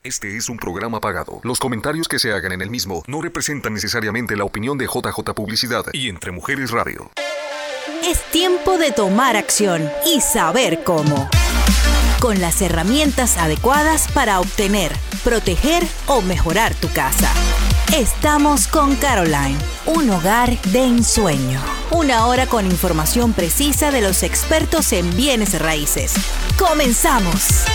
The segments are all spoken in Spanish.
Este es un programa pagado. Los comentarios que se hagan en el mismo no representan necesariamente la opinión de JJ Publicidad y Entre Mujeres Radio. Es tiempo de tomar acción y saber cómo. Con las herramientas adecuadas para obtener, proteger o mejorar tu casa. Estamos con Caroline, un hogar de ensueño. Una hora con información precisa de los expertos en bienes raíces. ¡Comenzamos!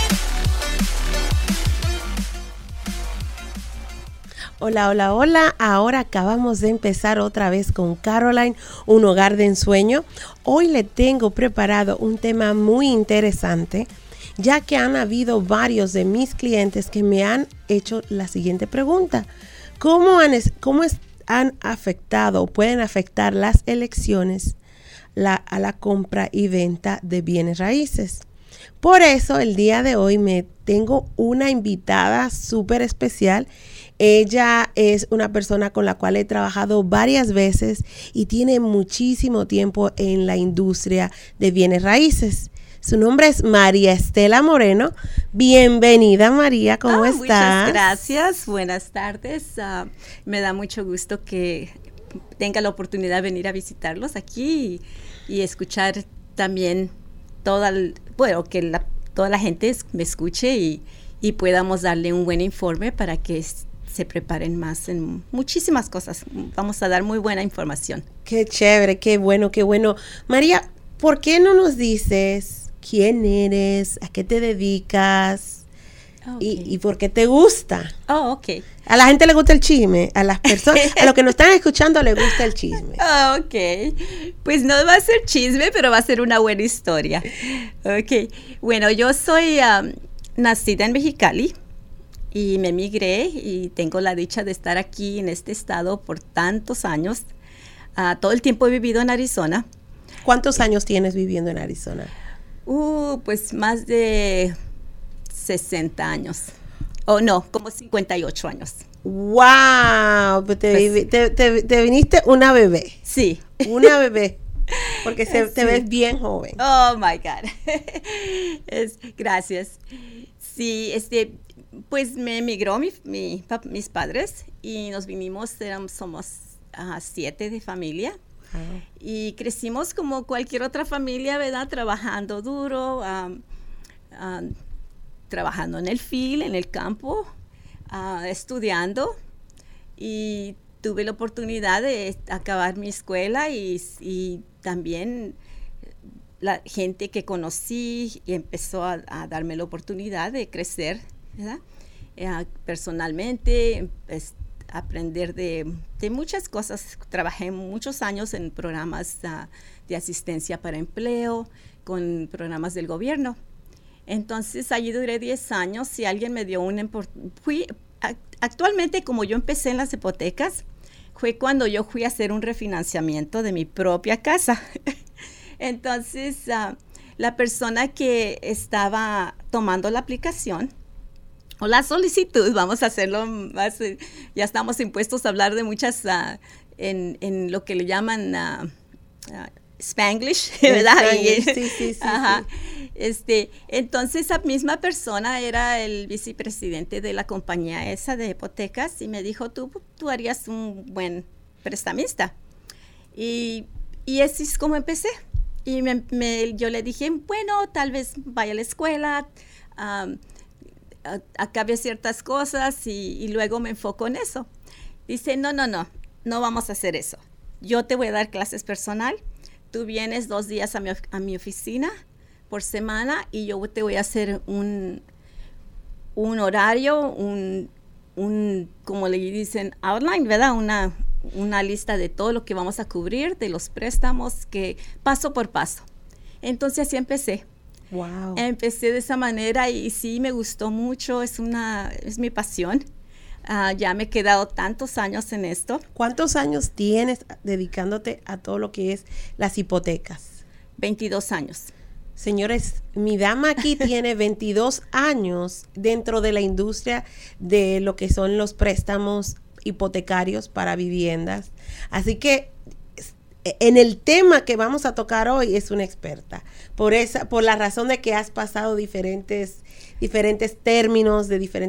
Hola, hola, hola. Ahora acabamos de empezar otra vez con Caroline, un hogar de ensueño. Hoy le tengo preparado un tema muy interesante, ya que han habido varios de mis clientes que me han hecho la siguiente pregunta. ¿Cómo han afectado o pueden afectar las elecciones a la compra y venta de bienes raíces? Por eso el día de hoy me tengo una invitada súper especial. Ella es una persona con la cual he trabajado varias veces y tiene muchísimo tiempo en la industria de bienes raíces. Su nombre es María Estela Moreno. Bienvenida, María, ¿cómo estás? Muchas gracias, buenas tardes. Me da mucho gusto que tenga la oportunidad de venir a visitarlos aquí y escuchar también toda la gente me escuche y podamos darle un buen informe para que se preparen más en muchísimas cosas. Vamos a dar muy buena información. Qué chévere, qué bueno, qué bueno. María, ¿por qué no nos dices quién eres, a qué te dedicas y por qué te gusta? Oh, ok. A la gente le gusta el chisme, a las personas, a los que nos están escuchando les gusta el chisme. Ok, pues no va a ser chisme, pero va a ser una buena historia. Ok, bueno, yo soy nacida en Mexicali. Y me emigré y tengo la dicha de estar aquí en este estado por tantos años. Todo el tiempo he vivido en Arizona. ¿Cuántos años tienes viviendo en Arizona? Pues más de 60 años. O no, como 58 años. ¡Wow! Te viniste una bebé. Sí. Una bebé. Porque Sí. te ves bien joven. Oh, my God. Gracias. Sí, pues me emigró mis padres y nos vinimos, somos 7 de familia. Y crecimos como cualquier otra familia, ¿verdad? Trabajando duro, trabajando en el field, en el campo, estudiando. Y tuve la oportunidad de acabar mi escuela y también la gente que conocí y empezó a darme la oportunidad de crecer, ¿verdad? Personalmente, aprender de muchas cosas. Trabajé muchos años en programas de asistencia para empleo, con programas del gobierno. Entonces, allí duré 10 años y alguien me dio actualmente, como yo empecé en las hipotecas, fue cuando yo fui a hacer un refinanciamiento de mi propia casa. Entonces, la persona que estaba tomando la aplicación, o la solicitud, vamos a hacerlo más, ya estamos impuestos a hablar de muchas, en lo que le llaman Spanglish, ¿verdad? Sí. Ajá. Entonces, esa misma persona era el vicepresidente de la compañía esa de hipotecas y me dijo, tú harías un buen prestamista. Y así es como empecé. Y yo le dije, bueno, tal vez vaya a la escuela, acabe ciertas cosas y luego me enfoco en eso. Dice, no vamos a hacer eso. Yo te voy a dar clases personal. Tú vienes 2 días a mi oficina por semana y yo te voy a hacer un horario, como le dicen, outline, ¿verdad? Una lista de todo lo que vamos a cubrir, de los préstamos, que paso por paso. Entonces así empecé. Wow. Empecé de esa manera y sí me gustó mucho, es mi pasión. Ya me he quedado tantos años en esto. ¿Cuántos años tienes dedicándote a todo lo que es las hipotecas? 22 años. Señores, mi dama aquí tiene 22 años dentro de la industria de lo que son los préstamos hipotecarios para viviendas. Así que en el tema que vamos a tocar hoy es una experta. Por la razón de que has pasado diferentes términos, de diferentes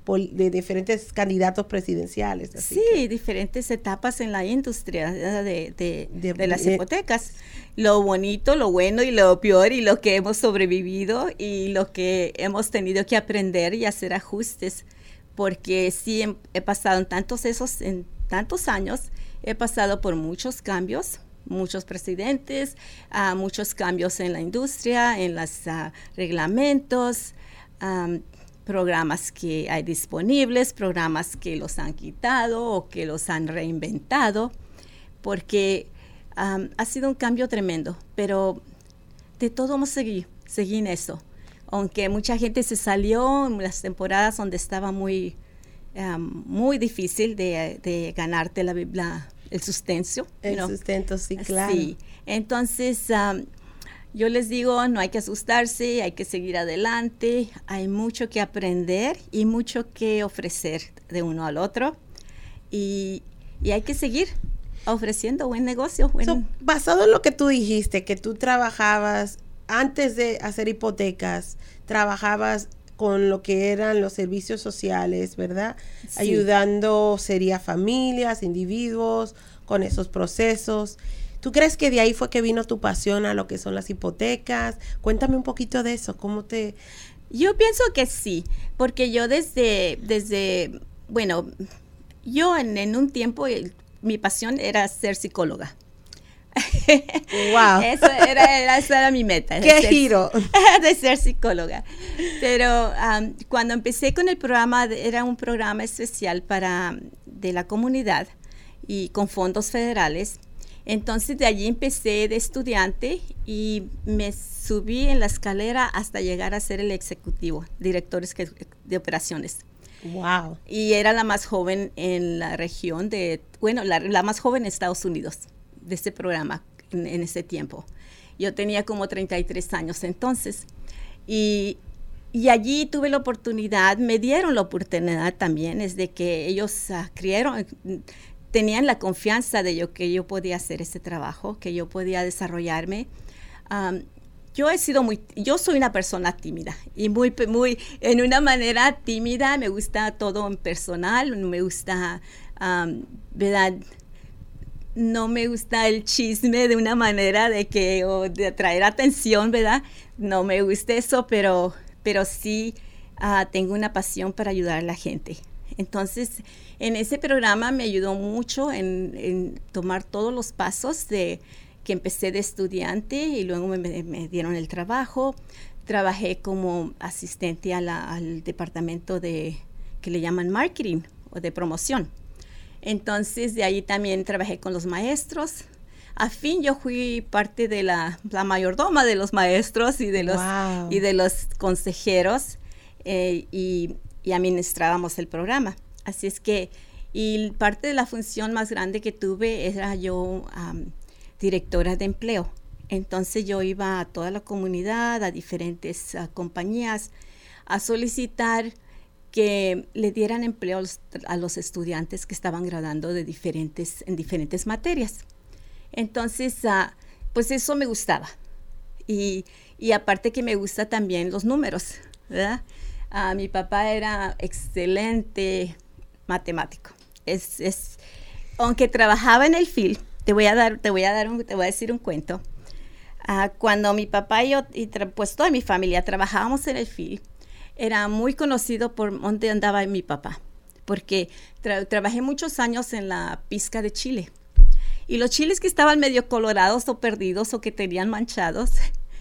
de diferentes candidatos presidenciales. Sí, diferentes etapas en la industria de las hipotecas. Lo bonito, lo bueno y lo peor, y lo que hemos sobrevivido y lo que hemos tenido que aprender y hacer ajustes, porque sí he pasado en tantos años, he pasado por muchos cambios, muchos presidentes, muchos cambios en la industria, en los reglamentos, programas que hay disponibles, programas que los han quitado o que los han reinventado, porque ha sido un cambio tremendo, pero de todo hemos seguí en eso. Aunque mucha gente se salió en las temporadas donde estaba muy difícil de ganarte el sustento. El sustento, sí, claro. Sí, entonces yo les digo, no hay que asustarse, hay que seguir adelante, hay mucho que aprender y mucho que ofrecer de uno al otro, y hay que seguir ofreciendo buen negocio. Basado en lo que tú dijiste, que tú trabajabas antes de hacer hipotecas, trabajabas con lo que eran los servicios sociales, ¿verdad? Sí. Ayudando, sería familias, individuos, con esos procesos. ¿Tú crees que de ahí fue que vino tu pasión a lo que son las hipotecas? Cuéntame un poquito de eso, Yo pienso que sí, porque yo yo en un tiempo, mi pasión era ser psicóloga. Wow. Esa era mi meta. ¡Qué giro! De ser psicóloga. Pero cuando empecé con el programa, era un programa especial de la comunidad y con fondos federales. Entonces de allí empecé de estudiante y me subí en la escalera hasta llegar a ser el ejecutivo, director de operaciones. Wow. Y era la más joven en la región la más joven en Estados Unidos de este programa en ese tiempo. Yo tenía como 33 años entonces. Y allí tuve la oportunidad, me dieron la oportunidad también, es de que ellos tenían la confianza de que yo podía hacer ese trabajo, que yo podía desarrollarme. Yo soy una persona tímida y muy en una manera tímida, me gusta todo en personal, me gusta, ¿verdad? No me gusta el chisme de una manera de atraer atención, ¿verdad? No me gusta eso, pero sí tengo una pasión para ayudar a la gente. Entonces, en ese programa me ayudó mucho en tomar todos los pasos que empecé de estudiante y luego me dieron el trabajo. Trabajé como asistente al departamento que le llaman marketing o de promoción. Entonces, de ahí también trabajé con los maestros. A fin, yo fui parte de la mayordoma de los maestros y de los consejeros y administrábamos el programa. Así es que, y parte de la función más grande que tuve era yo directora de empleo. Entonces, yo iba a toda la comunidad, a diferentes compañías, a solicitar que le dieran empleo a los estudiantes que estaban graduando en diferentes materias. Entonces, pues eso me gustaba. Y aparte que me gusta también los números, ¿verdad? Mi papá era excelente matemático. Aunque trabajaba en el field, te voy a decir un cuento. Cuando mi papá y yo, pues toda mi familia trabajábamos en el field, era muy conocido por donde andaba mi papá, porque trabajé muchos años en la pizca de chile. Y los chiles que estaban medio colorados o perdidos o que tenían manchados,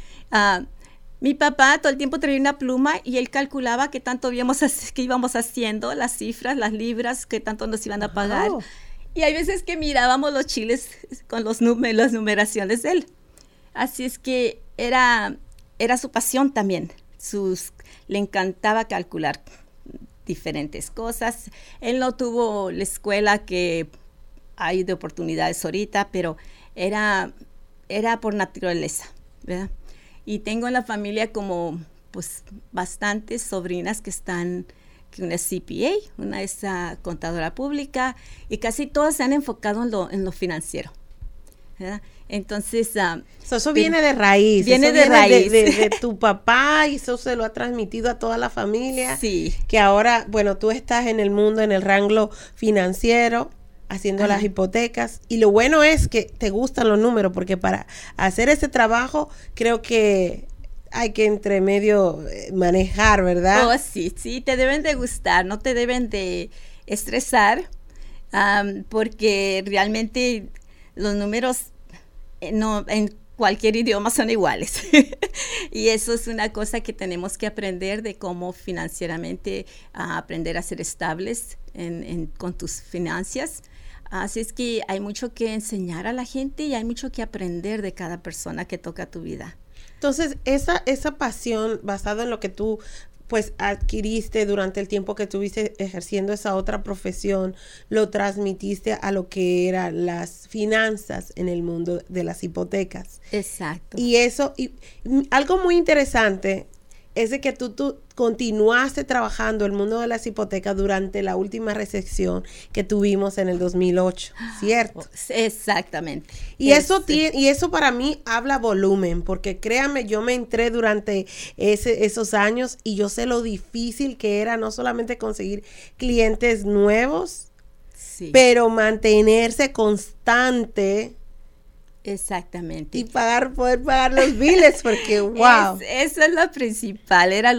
mi papá todo el tiempo traía una pluma y él calculaba qué tanto que íbamos haciendo, las cifras, las libras, qué tanto nos iban a pagar. Oh. Y hay veces que mirábamos los chiles con las numeraciones de él. Así es que era su pasión también. Le encantaba calcular diferentes cosas. Él no tuvo la escuela que hay de oportunidades ahorita, pero era por naturaleza, ¿verdad? Y tengo en la familia como pues bastantes sobrinas que una es CPA, una es contadora pública, y casi todas se han enfocado en lo financiero. ¿verdad? Entonces... eso viene de raíz. Viene de raíz. De tu papá, y eso se lo ha transmitido a toda la familia. Sí. Que ahora, bueno, tú estás en el mundo, en el rango financiero, haciendo las hipotecas. Y lo bueno es que te gustan los números, porque para hacer ese trabajo creo que hay que entre medio manejar, ¿verdad? Oh, sí, te deben de gustar, no te deben de estresar, porque realmente los números no en cualquier idioma son iguales. Y eso es una cosa que tenemos que aprender, de cómo financieramente aprender a ser estables con tus finanzas. Así es que hay mucho que enseñar a la gente y hay mucho que aprender de cada persona que toca tu vida. Entonces, esa pasión basada en lo que tú pues adquiriste durante el tiempo que estuviste ejerciendo esa otra profesión, lo transmitiste a lo que eran las finanzas en el mundo de las hipotecas. Exacto. Y eso, y algo muy interesante es de que tú continuaste trabajando el mundo de las hipotecas durante la última recesión que tuvimos en el 2008, ¿cierto? Exactamente. Y eso para mí habla volumen, porque créanme, yo me entré durante esos años y yo sé lo difícil que era no solamente conseguir clientes nuevos, sí, pero mantenerse constante. Exactamente. Y poder pagar los biles, porque wow. Eso es lo principal, era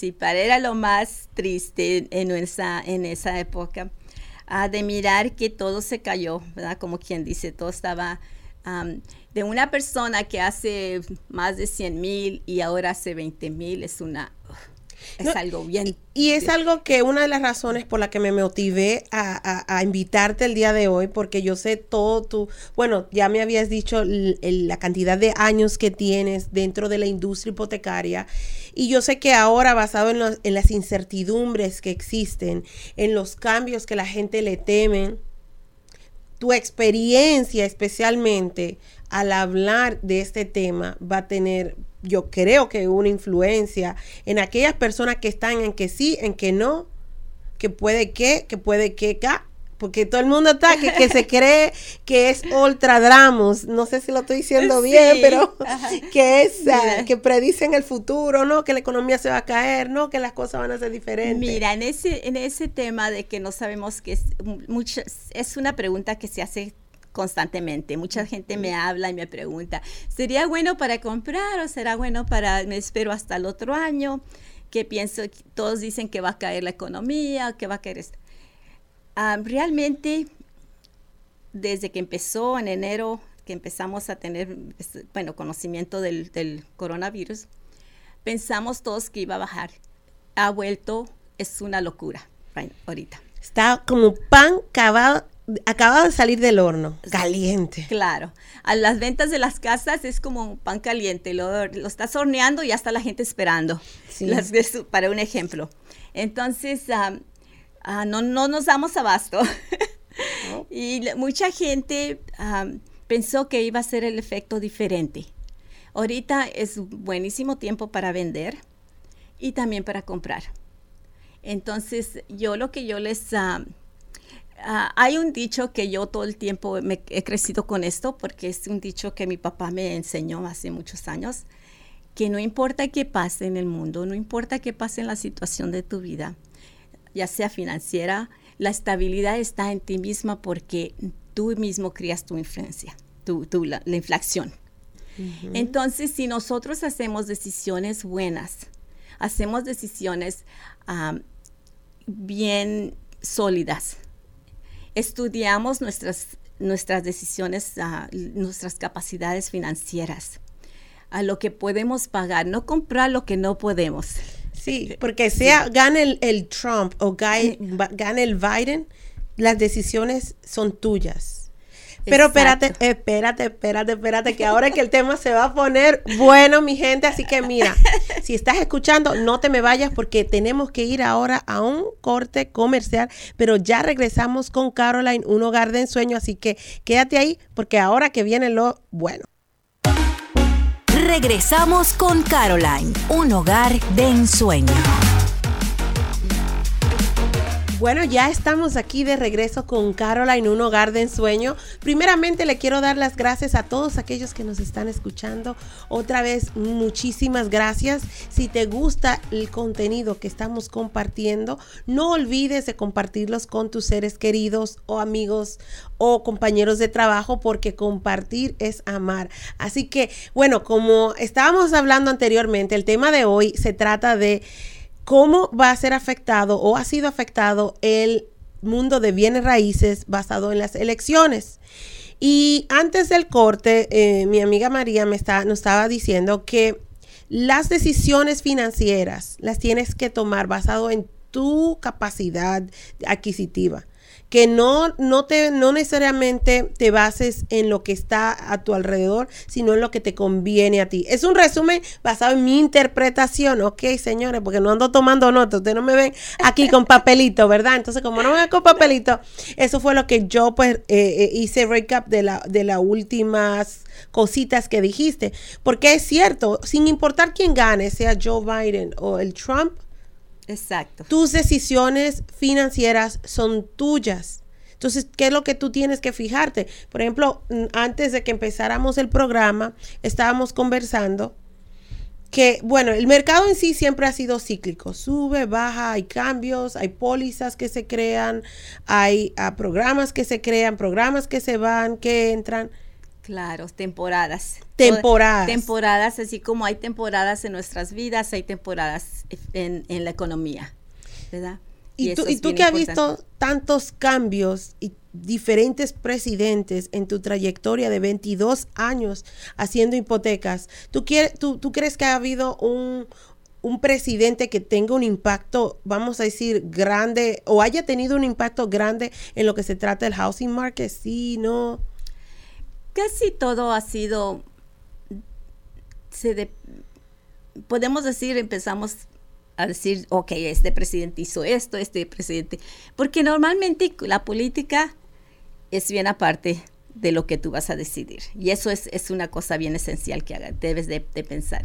lo más triste en esa época, de mirar que todo se cayó, ¿verdad? Como quien dice, todo estaba de una persona que hace más de 100,000 y ahora hace 20,000, es algo bien. Y es algo que una de las razones por la que me motivé a invitarte el día de hoy, porque yo sé bueno, ya me habías dicho la cantidad de años que tienes dentro de la industria hipotecaria, y yo sé que ahora, basado en las incertidumbres que existen, en los cambios que la gente le temen, tu experiencia especialmente al hablar de este tema va a tener, yo creo que una influencia en aquellas personas que están en que sí, en que no, que puede que porque todo el mundo está que se cree que es ultradramus, no sé si lo estoy diciendo bien, pero que es que predicen el futuro, no, que la economía se va a caer, no, que las cosas van a ser diferentes. Mira, en ese tema de que no sabemos, que es una pregunta que se hace constantemente. Mucha gente me habla y me pregunta, ¿sería bueno para comprar o será bueno me espero hasta el otro año? Que pienso, todos dicen que va a caer la economía, que va a caer esto. Realmente, desde que empezó en enero, que empezamos a tener, conocimiento del coronavirus, pensamos todos que iba a bajar. Ha vuelto, es una locura ahorita. Está como pan acabado de salir del horno, caliente. Claro, a las ventas de las casas es como pan caliente, lo estás horneando y ya está la gente esperando, sí. Para un ejemplo. Entonces, no nos damos abasto. Oh. Y mucha gente pensó que iba a ser el efecto diferente. Ahorita es buenísimo tiempo para vender y también para comprar. Entonces, lo que yo les... hay un dicho que yo todo el tiempo he crecido con esto, porque es un dicho que mi papá me enseñó hace muchos años, que no importa qué pase en el mundo, no importa qué pase en la situación de tu vida, ya sea financiera, la estabilidad está en ti misma, porque tú mismo creas tu influencia, la inflación. Uh-huh. Entonces, si nosotros hacemos decisiones buenas, hacemos decisiones bien sólidas, estudiamos nuestras decisiones, nuestras capacidades financieras, a lo que podemos pagar, no comprar lo que no podemos. Sí, porque gane el Trump o gane el Biden, las decisiones son tuyas. Pero espérate, que ahora es que el tema se va a poner bueno, mi gente. Así que mira, si estás escuchando, no te me vayas, porque tenemos que ir ahora a un corte comercial, pero ya regresamos con Caroline, un hogar de ensueño. Así que quédate ahí, porque ahora que viene lo bueno. Regresamos con Caroline, un hogar de ensueño. Bueno, ya estamos aquí de regreso con Caroline, un hogar de ensueño. Primeramente le quiero dar las gracias a todos aquellos que nos están escuchando. Otra vez, muchísimas gracias. Si te gusta el contenido que estamos compartiendo, no olvides de compartirlos con tus seres queridos o amigos o compañeros de trabajo, porque compartir es amar. Así que, bueno, como estábamos hablando anteriormente, el tema de hoy se trata de cómo va a ser afectado o ha sido afectado el mundo de bienes raíces basado en las elecciones. Y antes del corte, mi amiga María nos estaba diciendo que las decisiones financieras las tienes que tomar basado en tu capacidad adquisitiva. Que no necesariamente te bases en lo que está a tu alrededor, sino en lo que te conviene a ti. Es un resumen basado en mi interpretación, ok, señores, porque no ando tomando notas, ustedes no me ven aquí con papelito, ¿verdad? Entonces, como no me ven con papelito, eso fue lo que yo pues hice recap de las últimas cositas que dijiste, porque es cierto, sin importar quién gane, sea Joe Biden o el Trump, exacto, tus decisiones financieras son tuyas. Entonces, ¿qué es lo que tú tienes que fijarte? Por ejemplo, antes de que empezáramos el programa, estábamos conversando que, bueno, el mercado en sí siempre ha sido cíclico. Sube, baja, hay cambios, hay pólizas que se crean, hay programas que se crean, programas que se van, que entran. Claro, temporadas. Temporadas, así como hay temporadas en nuestras vidas, hay temporadas en la economía, ¿verdad? Y tú que has visto tantos cambios y diferentes presidentes en tu trayectoria de 22 años haciendo hipotecas, ¿tú crees que ha habido un presidente que tenga un impacto, vamos a decir, grande, o haya tenido un impacto grande en lo que se trata del housing market? Sí, no. Casi todo ha sido, podemos decir, empezamos a decir, ok, este presidente hizo esto, este presidente, porque normalmente la política es bien aparte de lo que tú vas a decidir, y eso es una cosa bien esencial que debes de pensar.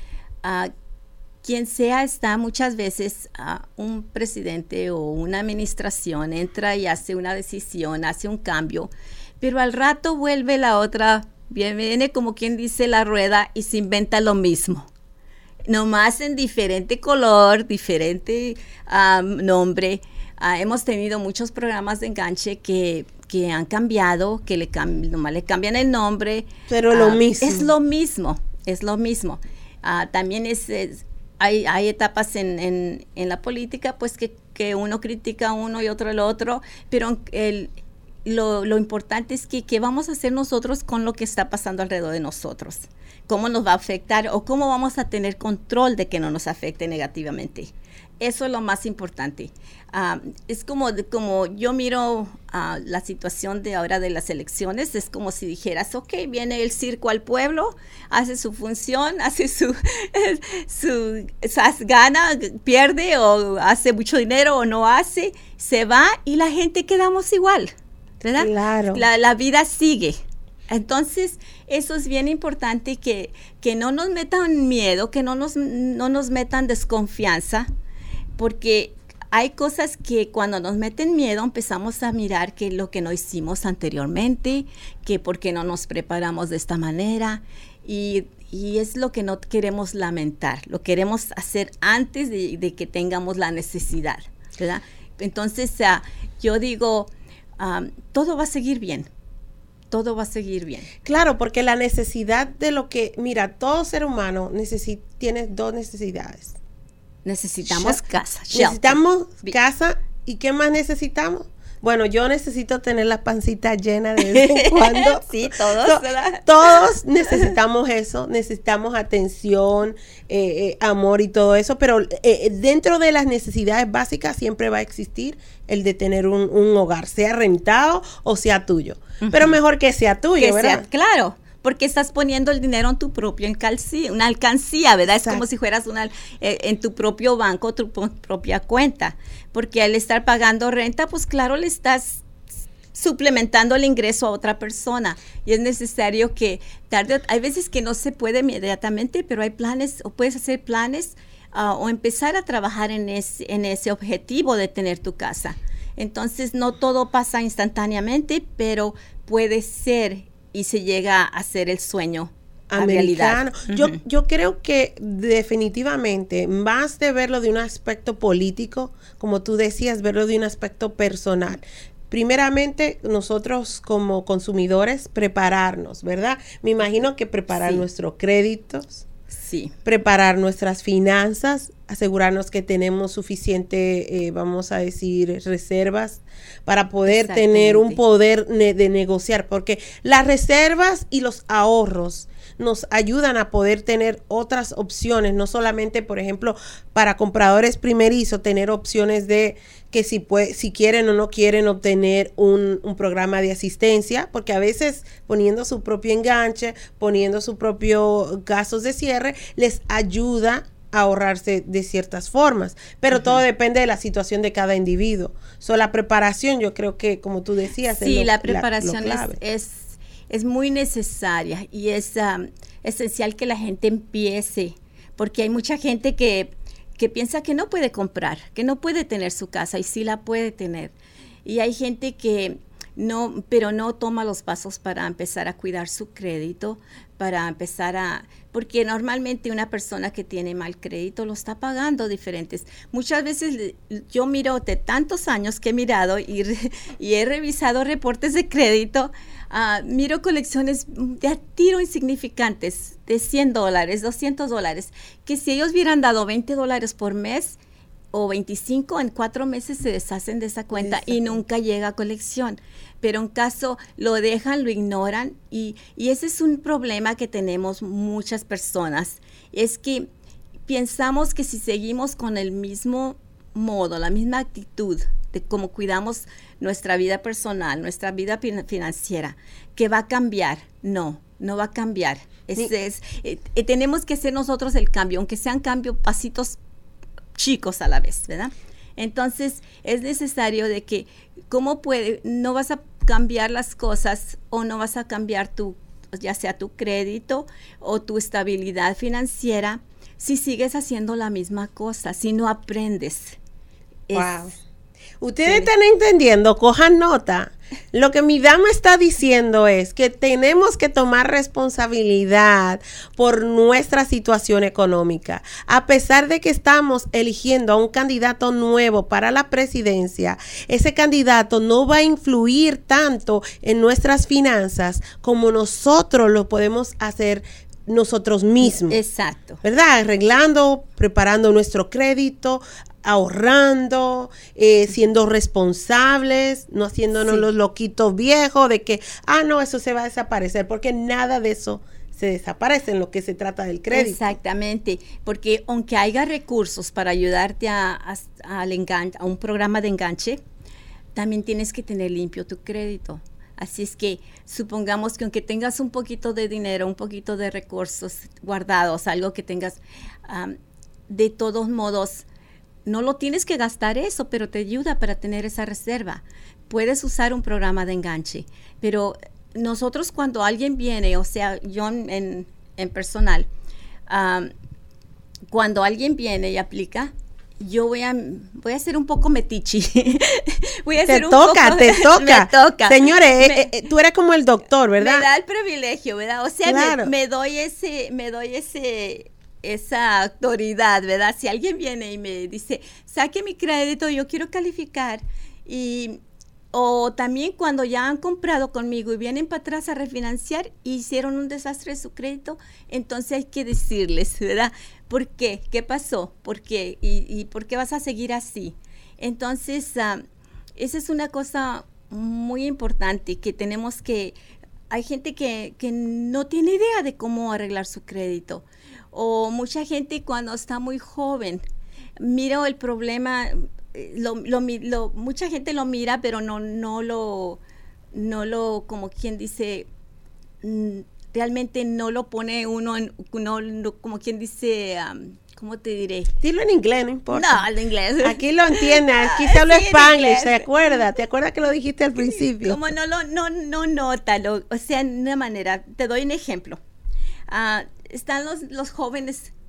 Quien sea está muchas veces, un presidente o una administración entra y hace una decisión, hace un cambio, pero al rato vuelve la otra, viene como quien dice la rueda y se inventa lo mismo, nomás en diferente color, diferente nombre. Hemos tenido muchos programas de enganche que han cambiado, que nomás le cambian el nombre. Pero lo mismo. Es lo mismo. También hay etapas en la política, pues que uno critica a uno y otro al otro, pero lo importante es que qué vamos a hacer nosotros con lo que está pasando alrededor de nosotros, cómo nos va a afectar o cómo vamos a tener control de que no nos afecte negativamente. Eso es lo más importante. Es como yo miro la situación de ahora de las elecciones, es como si dijeras, ok, viene el circo al pueblo, hace su función, hace gana, pierde o hace mucho dinero o no hace, se va y la gente quedamos igual, ¿verdad? Claro. La vida sigue. Entonces, eso es bien importante que no nos metan miedo, que no nos metan desconfianza, porque hay cosas que cuando nos meten miedo empezamos a mirar que lo que no hicimos anteriormente, que por qué no nos preparamos de esta manera, y es lo que no queremos lamentar, lo queremos hacer antes de que tengamos la necesidad, ¿verdad? Entonces, yo digo, todo va a seguir bien. Todo va a seguir bien. Claro, porque la necesidad de lo que, mira, todo ser humano tiene dos necesidades. Necesitamos casa. Necesitamos casa. ¿Y qué más necesitamos? Bueno, yo necesito tener la pancita llena de vez en cuando. Sí, todos, ¿verdad? Todos necesitamos eso, necesitamos atención, amor y todo eso, pero dentro de las necesidades básicas siempre va a existir el de tener un hogar, sea rentado o sea tuyo. Uh-huh. Pero mejor que sea tuyo, ¿verdad? Claro. Porque estás poniendo el dinero en tu propia una alcancía, ¿verdad? Exacto. Es como si fueras en tu propio banco, tu propia cuenta. Porque al estar pagando renta, pues claro, le estás suplementando el ingreso a otra persona. Y es necesario que hay veces que no se puede inmediatamente, pero hay planes, o puedes hacer planes o empezar a trabajar en ese objetivo de tener tu casa. Entonces, no todo pasa instantáneamente, pero puede ser y se llega a hacer el sueño americano. Realidad. Yo creo que definitivamente, más de verlo de un aspecto político, como tú decías, verlo de un aspecto personal. Primeramente, nosotros como consumidores, prepararnos, ¿verdad? Me imagino que preparar nuestros créditos, preparar nuestras finanzas, asegurarnos que tenemos suficiente, vamos a decir, reservas para poder tener un poder de negociar, porque las reservas y los ahorros nos ayudan a poder tener otras opciones, no solamente, por ejemplo, para compradores primerizos, tener opciones de que si quieren o no quieren obtener un programa de asistencia, porque a veces poniendo su propio enganche, poniendo su propio gastos de cierre, les ayuda a ahorrarse de ciertas formas, pero todo depende de la situación de cada individuo. La preparación, yo creo que, como tú decías, la preparación es muy necesaria y es esencial que la gente empiece, porque hay mucha gente que piensa que no puede comprar, que no puede tener su casa, y sí la puede tener. Y hay gente que pero no toma los pasos para empezar a cuidar su crédito, porque normalmente una persona que tiene mal crédito lo está pagando diferentes. Muchas veces yo miro de tantos años que he mirado y he revisado reportes de crédito, miro colecciones de a tiro insignificantes de $100, $200, que si ellos hubieran dado $20 por mes o 25, en 4 meses se deshacen de esa cuenta y nunca llega a colección. Pero en caso lo dejan, lo ignoran, y ese es un problema que tenemos muchas personas. Es que pensamos que si seguimos con el mismo modo, la misma actitud de cómo cuidamos nuestra vida personal, nuestra vida financiera, que va a cambiar. No va a cambiar. Tenemos que hacer nosotros el cambio, aunque sean pasitos chicos a la vez, ¿verdad? Entonces, es necesario de que, no vas a cambiar las cosas, o no vas a cambiar ya sea tu crédito o tu estabilidad financiera, si sigues haciendo la misma cosa, si no aprendes. Wow. Ustedes están entendiendo, cojan nota. Lo que mi dama está diciendo es que tenemos que tomar responsabilidad por nuestra situación económica. A pesar de que estamos eligiendo a un candidato nuevo para la presidencia, ese candidato no va a influir tanto en nuestras finanzas como nosotros lo podemos hacer nosotros mismos. Exacto. ¿Verdad? Arreglando, preparando nuestro crédito, ahorrando, siendo responsables, no haciéndonos los loquitos viejos de que, no, eso se va a desaparecer, porque nada de eso se desaparece en lo que se trata del crédito. Exactamente, porque aunque haya recursos para ayudarte a un programa de enganche, también tienes que tener limpio tu crédito. Así es que supongamos que aunque tengas un poquito de dinero, un poquito de recursos guardados, algo que tengas, de todos modos, no lo tienes que gastar eso, pero te ayuda para tener esa reserva. Puedes usar un programa de enganche, pero nosotros cuando alguien viene, o sea, yo en personal, cuando alguien viene y aplica, yo voy a ser un poco metichi. Te toca. Me toca. Señores, tú eres como el doctor, ¿verdad? Me da el privilegio, ¿verdad? O sea, claro. me doy esa autoridad, ¿verdad? Si alguien viene y me dice, saque mi crédito, yo quiero calificar, o también cuando ya han comprado conmigo y vienen para atrás a refinanciar y hicieron un desastre de su crédito, entonces hay que decirles, ¿verdad? ¿Por qué? ¿Qué pasó? ¿Por qué? ¿Y por qué vas a seguir así? Entonces, esa es una cosa muy importante que tenemos que... Hay gente que no tiene idea de cómo arreglar su crédito, o mucha gente cuando está muy joven, mira el problema, mucha gente lo mira, pero no lo, como quien dice, realmente no lo pone uno como quien dice, ¿cómo te diré? Dilo en inglés, no importa. No, en inglés. Aquí lo entiende, aquí se habla Spanglish, ¿te acuerdas? ¿Te acuerdas que lo dijiste al principio? Como no nótalo, o sea, de una manera, te doy un ejemplo. Están los jóvenes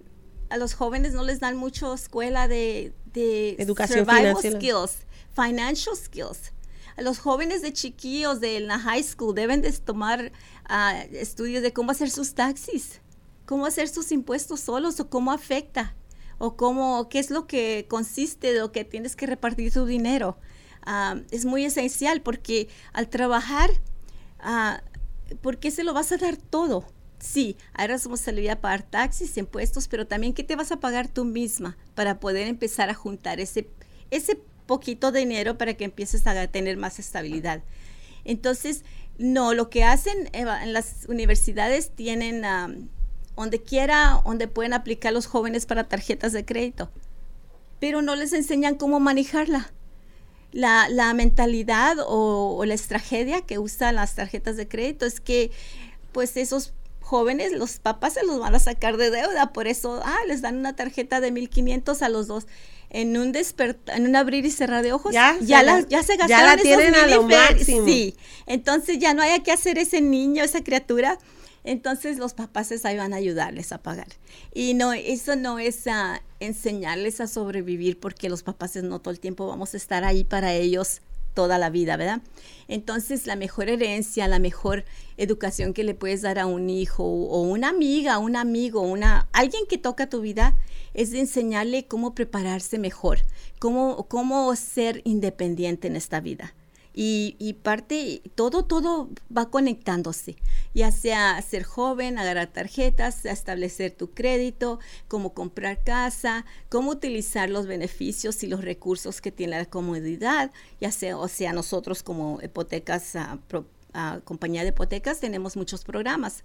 a los jóvenes no les dan mucho escuela de educación survival financiera. skills, financial skills. A los jóvenes de chiquillos de la high school deben de tomar estudios de cómo hacer sus taxis, cómo hacer sus impuestos solos o cómo afecta o qué es lo que consiste de lo que tienes que repartir tu dinero. Es muy esencial porque al trabajar, ¿por qué se lo vas a dar todo? Sí, hay responsabilidad para pagar taxis, impuestos, pero también ¿qué te vas a pagar tú misma para poder empezar a juntar ese poquito de dinero para que empieces a tener más estabilidad? Entonces, no, lo que hacen en las universidades tienen donde pueden aplicar los jóvenes para tarjetas de crédito, pero no les enseñan cómo manejarla. La mentalidad o la tragedia que usan las tarjetas de crédito es que pues esos jóvenes, los papás se los van a sacar de deuda, por eso les dan una tarjeta de 1,500 a los dos. En un abrir y cerrar de ojos, ya se gastaron, ya la tienen a lo máximo. Sí, entonces ya no hay que hacer ese niño, esa criatura. Entonces los papás ahí van a ayudarles a pagar. Y no, eso no es enseñarles a sobrevivir, porque los papás no todo el tiempo vamos a estar ahí para ellos toda la vida, ¿verdad? Entonces la mejor herencia, la mejor educación que le puedes dar a un hijo o una amiga, un amigo, alguien que toca tu vida, es de enseñarle cómo prepararse mejor, cómo ser independiente en esta vida. Y todo va conectándose, ya sea ser joven, agarrar tarjetas, establecer tu crédito, cómo comprar casa, cómo utilizar los beneficios y los recursos que tiene la comunidad, sea nosotros como hipotecas, compañía de hipotecas, tenemos muchos programas.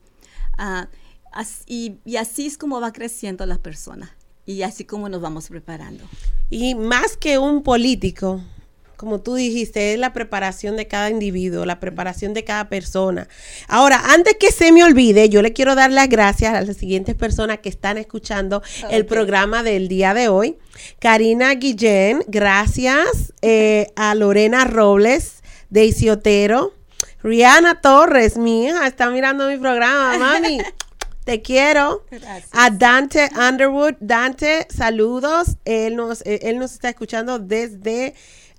Y así es como va creciendo la persona y así como nos vamos preparando. Y más que un político, como tú dijiste, es la preparación de cada individuo, la preparación de cada persona. Ahora, antes que se me olvide, yo le quiero dar las gracias a las siguientes personas que están escuchando el programa del día de hoy. Karina Guillén, gracias. A Lorena Robles, Daisy Otero. Rihanna Torres, mi hija, está mirando mi programa, mami. Te quiero. Gracias. A Dante Underwood. Dante, saludos. Él nos está escuchando desde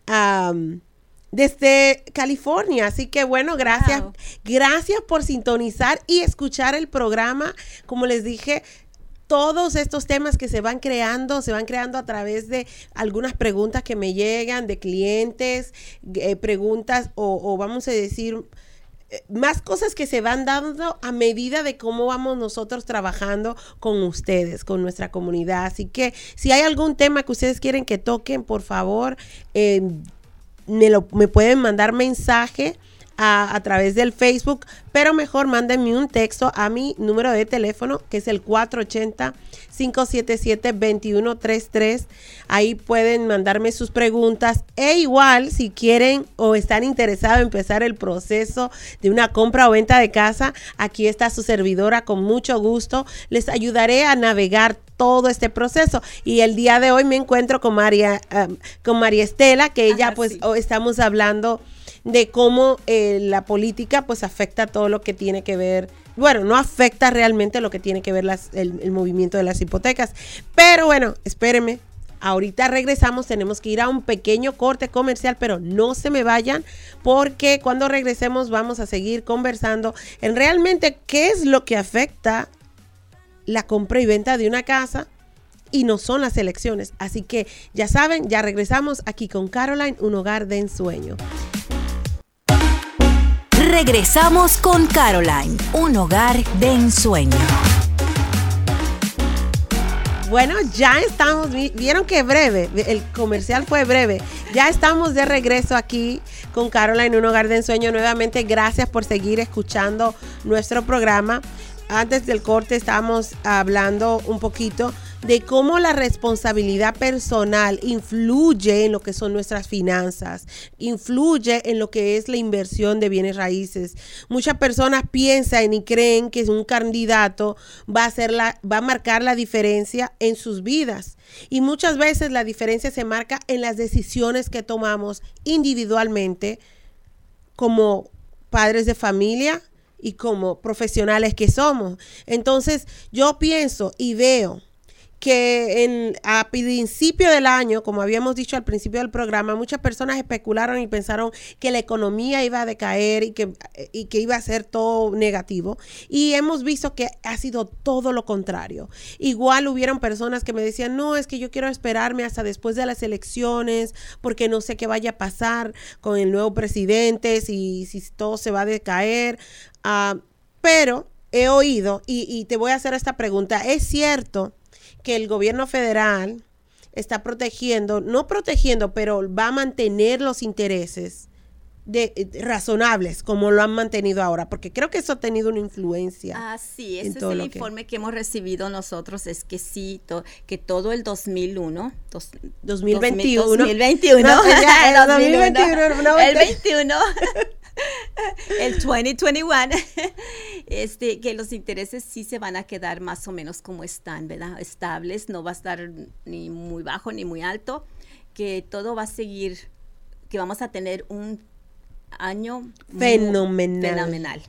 California, así que bueno, gracias. Wow. Gracias por sintonizar y escuchar el programa. Como les dije, todos estos temas que se van creando a través de algunas preguntas que me llegan de clientes, preguntas o vamos a decir más cosas que se van dando a medida de cómo vamos nosotros trabajando con ustedes, con nuestra comunidad. Así que si hay algún tema que ustedes quieren que toquen, por favor, me pueden mandar mensaje a través del Facebook, pero mejor mándenme un texto a mi número de teléfono, que es el 480-577-2133. Ahí pueden mandarme sus preguntas, e igual si quieren o están interesados en empezar el proceso de una compra o venta de casa, aquí está su servidora con mucho gusto. Les ayudaré a navegar todo este proceso. Y el día de hoy me encuentro con María Estela, que ella sí. Hoy estamos hablando de cómo la política pues afecta todo lo que tiene que ver, bueno, no afecta realmente lo que tiene que ver el movimiento de las hipotecas, pero bueno, espérenme, ahorita regresamos, tenemos que ir a un pequeño corte comercial, pero no se me vayan, porque cuando regresemos vamos a seguir conversando en realmente qué es lo que afecta la compra y venta de una casa, y no son las elecciones. Así que ya saben, ya regresamos aquí con Caroline, un hogar de ensueño. Regresamos con Caroline, un hogar de ensueño. Bueno, ya estamos, vieron que breve, el comercial fue breve. Ya estamos de regreso aquí con Caroline, un hogar de ensueño. Nuevamente, gracias por seguir escuchando nuestro programa. Antes del corte estábamos hablando un poquito de cómo la responsabilidad personal influye en lo que son nuestras finanzas, influye en lo que es la inversión de bienes raíces. Muchas personas piensan y creen que un candidato va a marcar la diferencia en sus vidas. Y muchas veces la diferencia se marca en las decisiones que tomamos individualmente como padres de familia y como profesionales que somos. Entonces, yo pienso y veo que a principio del año, como habíamos dicho al principio del programa, muchas personas especularon y pensaron que la economía iba a decaer y que iba a ser todo negativo. Y hemos visto que ha sido todo lo contrario. Igual hubieron personas que me decían, no, es que yo quiero esperarme hasta después de las elecciones porque no sé qué vaya a pasar con el nuevo presidente, si todo se va a decaer. Pero he oído, y te voy a hacer esta pregunta, ¿es cierto que el gobierno federal está no protegiendo, pero va a mantener los intereses razonables como lo han mantenido ahora? Porque creo que eso ha tenido una influencia. Sí, ese es el informe que hemos recibido nosotros, es que sí, que todo el 2021, 2021, no, el 21, el 2021, que los intereses sí se van a quedar más o menos como están, ¿verdad? Estables, no va a estar ni muy bajo ni muy alto, que todo va a seguir, que vamos a tener un año fenomenal.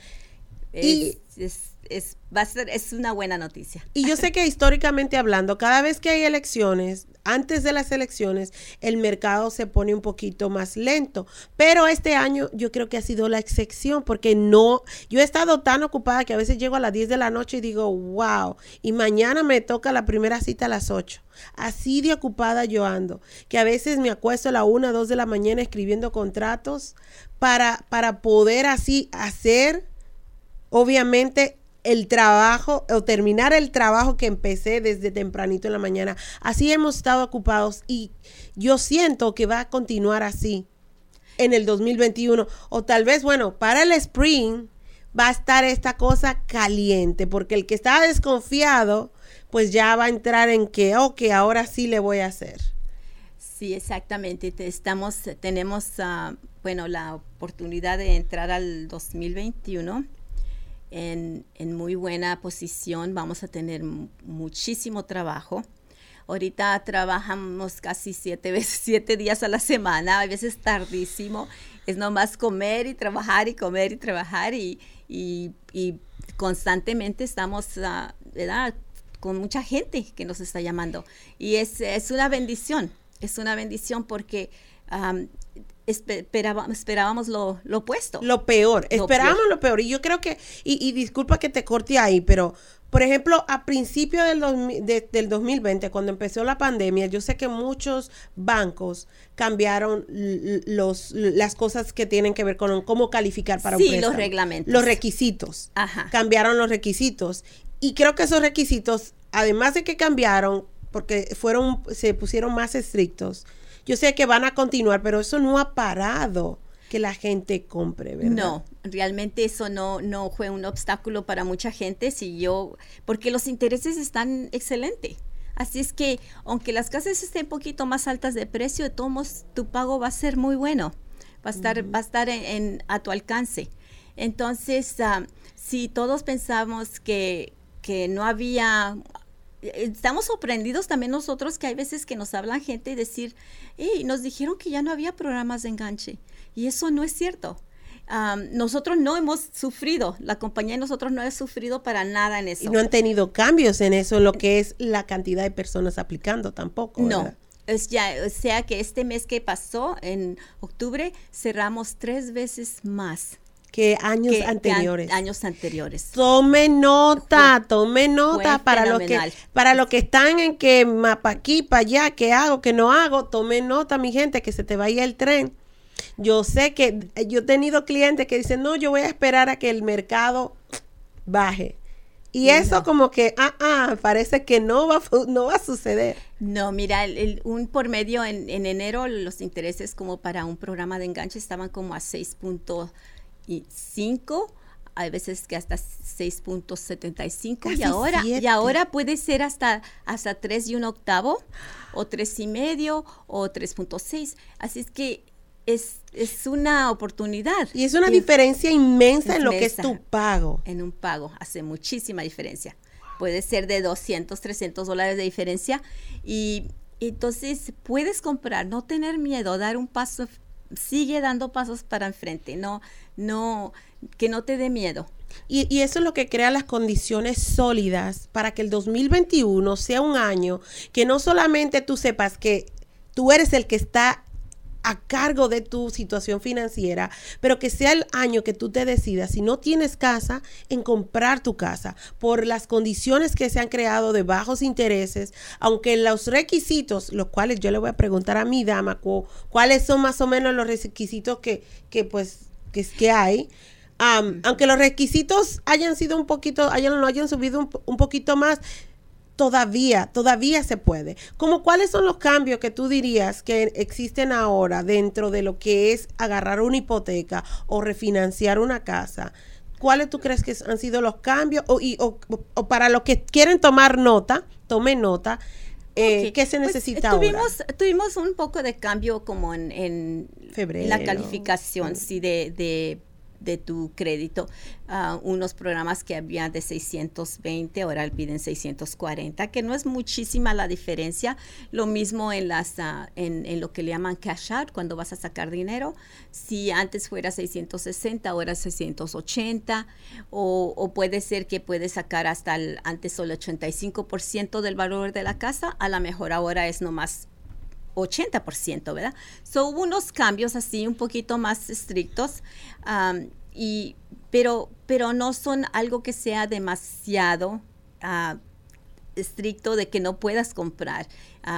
Es una buena noticia. Y yo sé que históricamente hablando, cada vez que hay elecciones, antes de las elecciones, el mercado se pone un poquito más lento. Pero este año yo creo que ha sido la excepción, porque yo he estado tan ocupada que a veces llego a las 10 de la noche y digo, wow, y mañana me toca la primera cita a las 8. Así de ocupada yo ando, que a veces me acuesto a la 1, 2 de la mañana escribiendo contratos para poder así hacer, obviamente, el trabajo o terminar el trabajo que empecé desde tempranito en la mañana. Así hemos estado ocupados y yo siento que va a continuar así en el 2021, o tal vez, bueno, para el spring va a estar esta cosa caliente, porque el que estaba desconfiado pues ya va a entrar en que ahora sí le voy a hacer. Sí, exactamente. Tenemos la oportunidad de entrar al 2021 en muy buena posición. Vamos a tener muchísimo trabajo. Ahorita trabajamos casi 7 días a la semana, a veces tardísimo. Es nomás comer y trabajar y comer y trabajar y constantemente estamos, ¿verdad?, con mucha gente que nos está llamando. Y es una bendición, porque esperábamos lo opuesto. Lo peor. Lo peor. Y yo creo que, y disculpa que te corte ahí, pero, por ejemplo, a principio del 2020, cuando empezó la pandemia, yo sé que muchos bancos cambiaron las cosas que tienen que ver con cómo calificar para un préstamo. Los reglamentos. Los requisitos. Ajá. Cambiaron los requisitos. Y creo que esos requisitos, además de que cambiaron, porque se pusieron más estrictos, yo sé que van a continuar, pero eso no ha parado que la gente compre, ¿verdad? No, realmente eso no fue un obstáculo para mucha gente, porque los intereses están excelentes. Así es que, aunque las casas estén un poquito más altas de precio, de todos modos, tu pago va a ser muy bueno, va a estar a tu alcance. Entonces, si todos pensamos que no había... Estamos sorprendidos también nosotros, que hay veces que nos hablan gente y decir, nos dijeron que ya no había programas de enganche, y eso no es cierto. Nosotros no hemos sufrido, la compañía y nosotros no hemos sufrido para nada en eso. Y no han tenido cambios en eso, en lo que es la cantidad de personas aplicando tampoco, ¿verdad? No, o sea que este mes que pasó, en octubre, cerramos 3 veces más que años anteriores. Tome nota para los que están en que para aquí, para allá, qué hago, qué no hago. Tome nota, mi gente, que se te vaya el tren. Yo sé que yo he tenido clientes que dicen, no, yo voy a esperar a que el mercado baje. Y eso como que, parece que no va a suceder. No, mira, un por medio en enero, los intereses como para un programa de enganche estaban como a 6.5, hay veces que hasta 6.75, y ahora puede ser hasta 3 1/8, o 3.5, o 3.6. Así es que es una oportunidad. Y es una diferencia inmensa en lo que es tu pago. En un pago hace muchísima diferencia. Puede ser de $200, $300 de diferencia. Y entonces puedes comprar, no tener miedo, dar un paso sigue dando pasos para enfrente, que no te dé miedo. Y eso es lo que crea las condiciones sólidas para que el 2021 sea un año que no solamente tú sepas que tú eres el que está a cargo de tu situación financiera, pero que sea el año que tú te decidas, si no tienes casa, en comprar tu casa, por las condiciones que se han creado de bajos intereses, aunque los requisitos, los cuales yo le voy a preguntar a mi dama, cuáles son más o menos los requisitos que hay. Aunque los requisitos hayan sido un poquito, hayan subido un poquito más, todavía se puede. ¿Cuáles son los cambios que tú dirías que existen ahora dentro de lo que es agarrar una hipoteca o refinanciar una casa? ¿Cuáles tú crees que han sido los cambios? O para los que quieren tomar nota, tomen nota. Okay. ¿Qué se necesita ahora? Tuvimos un poco de cambio como en febrero, la calificación, sí, de tu crédito. Unos programas que había de 620, ahora piden 640, que no es muchísima la diferencia. Lo mismo en en lo que le llaman cash out, cuando vas a sacar dinero. Si antes fuera 660, ahora 680, o puede ser que puedes sacar hasta antes solo el 85% del valor de la casa, a lo mejor ahora es nomás 80%, ¿verdad? Hubo unos cambios así un poquito más estrictos, pero no son algo que sea demasiado estricto de que no puedas comprar.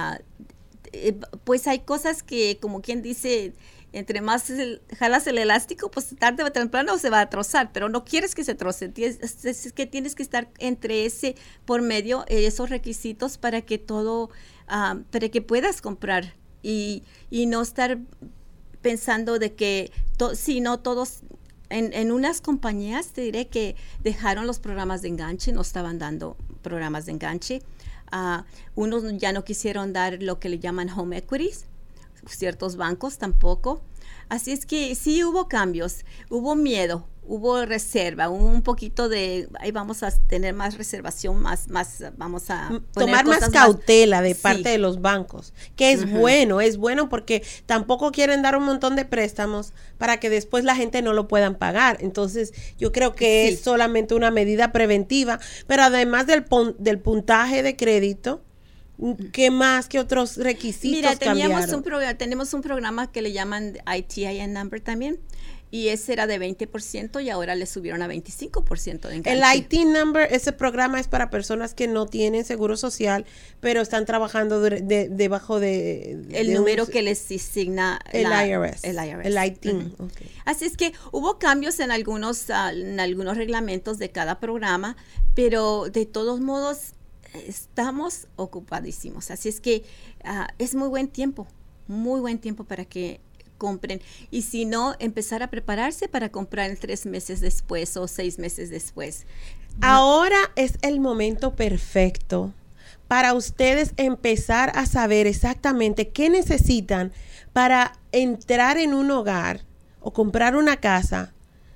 Pues hay cosas que, como quien dice, entre más jalas el elástico, pues tarde o temprano se va a trozar, pero no quieres que se troce. Es que tienes que estar entre por medio, esos requisitos para que para que puedas comprar y no estar pensando de que si no todos. En unas compañías te diré que dejaron los programas de enganche, no estaban dando programas de enganche. Unos ya no quisieron dar lo que le llaman home equities, ciertos bancos tampoco. Así es que sí hubo cambios, hubo miedo, hubo reserva, hubo un poquito de, ahí vamos a tener más reservación, vamos a tomar más cautela de parte de los bancos, que es bueno porque tampoco quieren dar un montón de préstamos para que después la gente no lo puedan pagar. Entonces yo creo que es solamente una medida preventiva, pero además del puntaje de crédito, ¿qué más? ¿Qué otros requisitos cambiaron? Tenemos un programa que le llaman ITIN number también, y ese era de 20% y ahora le subieron a 25% de enganche. El ITIN number, ese programa es para personas que no tienen seguro social, pero están trabajando debajo de el número que les asigna el IRS. El ITIN. Okay. Así es que hubo cambios en algunos reglamentos de cada programa, pero de todos modos estamos ocupadísimos, así es que es muy buen tiempo para que compren, y si no, empezar a prepararse para comprar 3 meses después o 6 meses después. Ahora es el momento perfecto para ustedes empezar a saber exactamente qué necesitan para entrar en un hogar o comprar una casa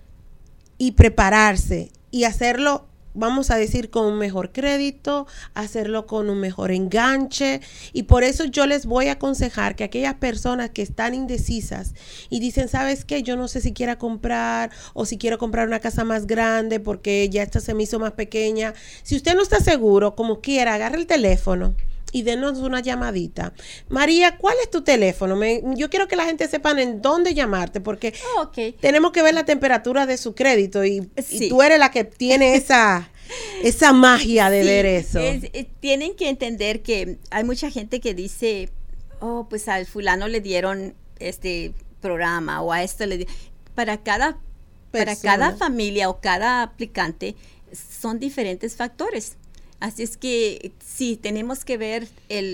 y prepararse y hacerlo, vamos a decir, con un mejor crédito, hacerlo con un mejor enganche. Y por eso yo les voy a aconsejar que aquellas personas que están indecisas y dicen, ¿sabes qué? Yo no sé si quiero comprar o si quiero comprar una casa más grande porque ya esta se me hizo más pequeña. Si usted no está seguro, como quiera, agarre el teléfono y denos una llamadita. María, ¿cuál es tu teléfono? Yo quiero que la gente sepan en dónde llamarte, porque tenemos que ver la temperatura de su crédito y tú eres la que tiene esa magia de ver eso. Tienen que entender que hay mucha gente que dice, pues al fulano le dieron este programa o a esto le dieron. Para cada familia o cada aplicante son diferentes factores. Así es que sí, tenemos que ver